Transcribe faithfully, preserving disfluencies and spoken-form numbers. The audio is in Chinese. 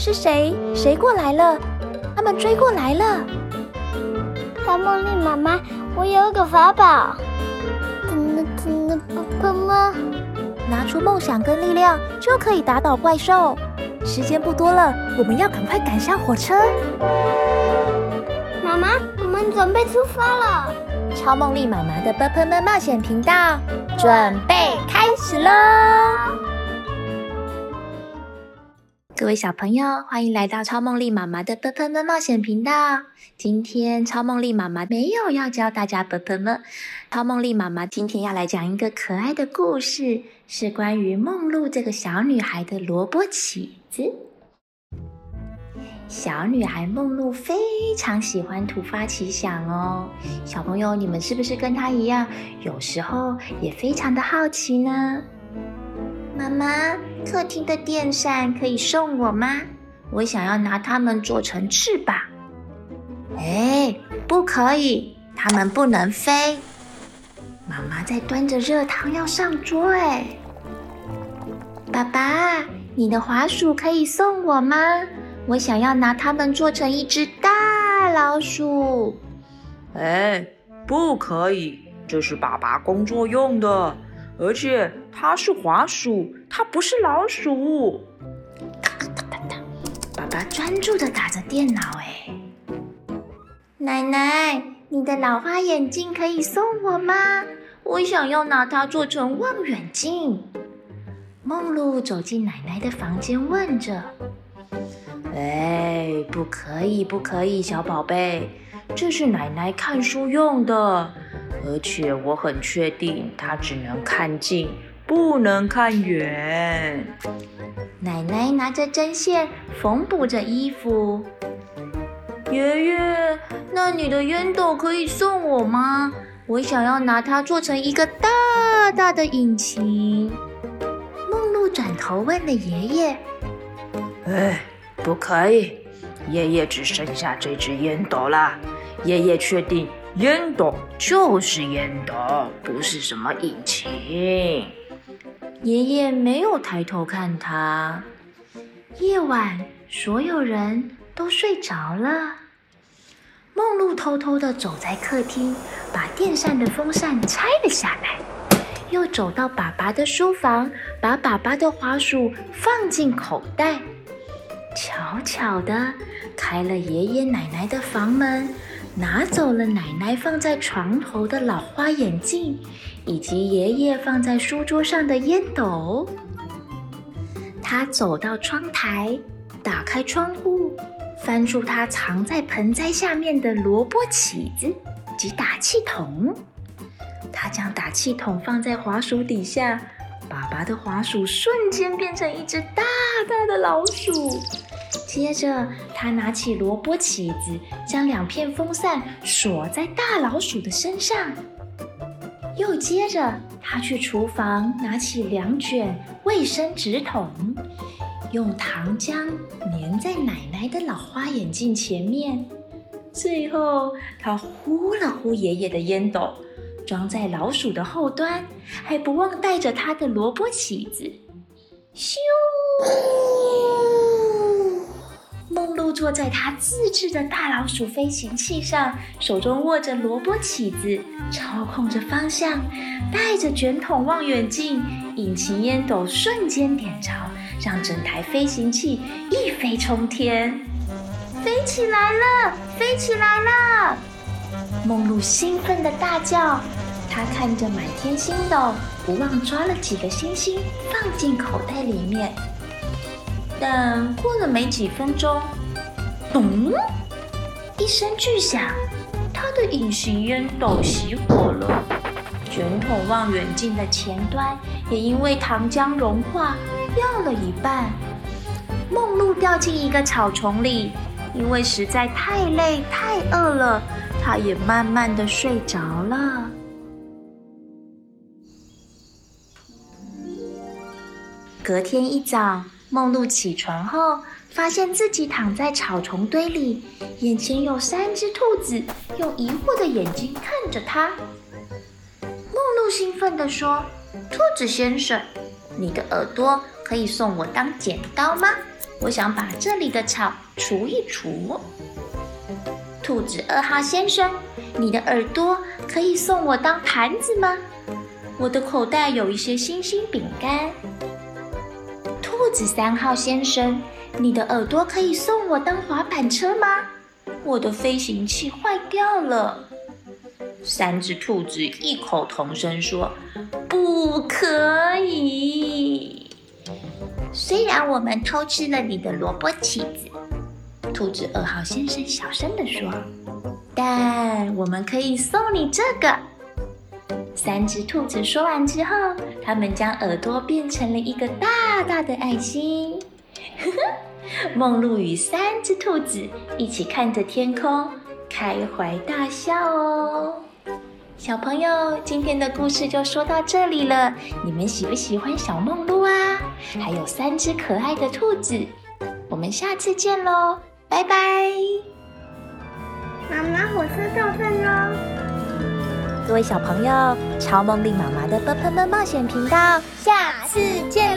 是谁？谁过来了？他们追过来了。 超梦丽妈妈，我有一个法宝。真的真的不喷吗？ 拿出梦想跟力量，就可以打倒怪兽。时间不多了，我们要赶快赶上火车。 妈妈，我们准备出发了。 超梦丽妈妈的啵喷们冒险频道，准备开始喽！各位小朋友，欢迎来到超梦丽妈妈的啵喷们冒险频道。今天超梦丽妈妈没有要教大家啵喷们，超梦丽妈妈今天要来讲一个可爱的故事，是关于梦露这个小女孩的萝卜起子。小女孩梦露非常喜欢突发奇想哦，小朋友，你们是不是跟她一样，有时候也非常的好奇呢？妈妈，客厅的电扇可以送我吗？我想要拿它们做成翅膀。哎，不可以，它们不能飞。妈妈在端着热汤要上桌哎。爸爸，你的滑鼠可以送我吗？我想要拿它们做成一只大老鼠。 哎，不可以，这是爸爸工作用的，而且它是滑鼠，它不是老鼠。 爸爸专注地打着电脑哎。奶奶，你的老花眼镜可以送我吗？我想要拿它做成望远镜。梦露走进奶奶的房间问着。 哎，不可以，不可以，小宝贝，这是奶奶看书用的，而且我很确定它只能看近，不能看远。 奶奶拿着针线缝补着衣服。爷爷，那你的烟斗可以送我吗？我想要拿它做成一个大大的引擎。梦露转头问了爷爷。 哎，不可以，爷爷只剩下这只烟斗啦。爷爷确定烟斗就是烟斗，不是什么引擎。 爷爷没有抬头看他。夜晚，所有人都睡着了。梦露偷偷地走在客厅，把电扇的风扇拆了下来，又走到爸爸的书房，把爸爸的滑鼠放进口袋。悄悄地开了爷爷奶奶的房门，拿走了奶奶放在床头的老花眼镜，以及爷爷放在书桌上的烟斗。他走到窗台，打开窗户，翻出他藏在盆栽下面的萝卜起子及打气筒。他将打气筒放在滑鼠底下，爸爸的滑鼠瞬间变成一只大大的老鼠。接着他拿起萝卜起子，将两片风扇锁在大老鼠的身上。又接着他去厨房拿起两卷卫生纸筒，用糖浆粘在奶奶的老花眼镜前面。最后他呼了呼爷爷的烟斗，装在老鼠的后端，还不忘带着他的萝卜起子。咻！梦露坐在他自制的大老鼠飞行器上，手中握着萝卜起子，操控着方向，带着卷筒望远镜，引擎烟斗瞬间点着，让整台飞行器一飞冲天。飞起来了，飞起来了！梦露兴奋地大叫。她看着满天星斗，不忘抓了几个星星放进口袋里面。但过了没几分钟，咚！一声巨响，他的隐形烟斗熄火了，卷筒望远镜的前端也因为糖浆融化掉了一半。梦露掉进一个草丛里，因为实在太累太饿了，她也慢慢的睡着了。隔天一早，梦露起床后，发现自己躺在草丛堆里，眼前有三只兔子用疑惑的眼睛看着她。梦露兴奋地说：“兔子先生，你的耳朵可以送我当剪刀吗？ 我想把这里的草除一除。兔子二号先生，你的耳朵可以送我当盘子吗？我的口袋有一些星星饼干。兔子三号先生，你的耳朵可以送我当滑板车吗？我的飞行器坏掉了。三只兔子异口同声说：不可以。虽然我们偷吃了你的萝卜起子，兔子二号先生小声地说，但我们可以送你这个。三只兔子说完之后，它们将耳朵变成了一个大大的爱心。梦露与三只兔子一起看着天空，开怀大笑哦。小朋友，今天的故事就说到这里了，你们喜不喜欢小梦露啊？还有三只可爱的兔子，我们下次见咯，拜拜。 妈妈，火车到站咯。 各位小朋友，超梦丽妈妈的奔奔奔冒险频道，下次见。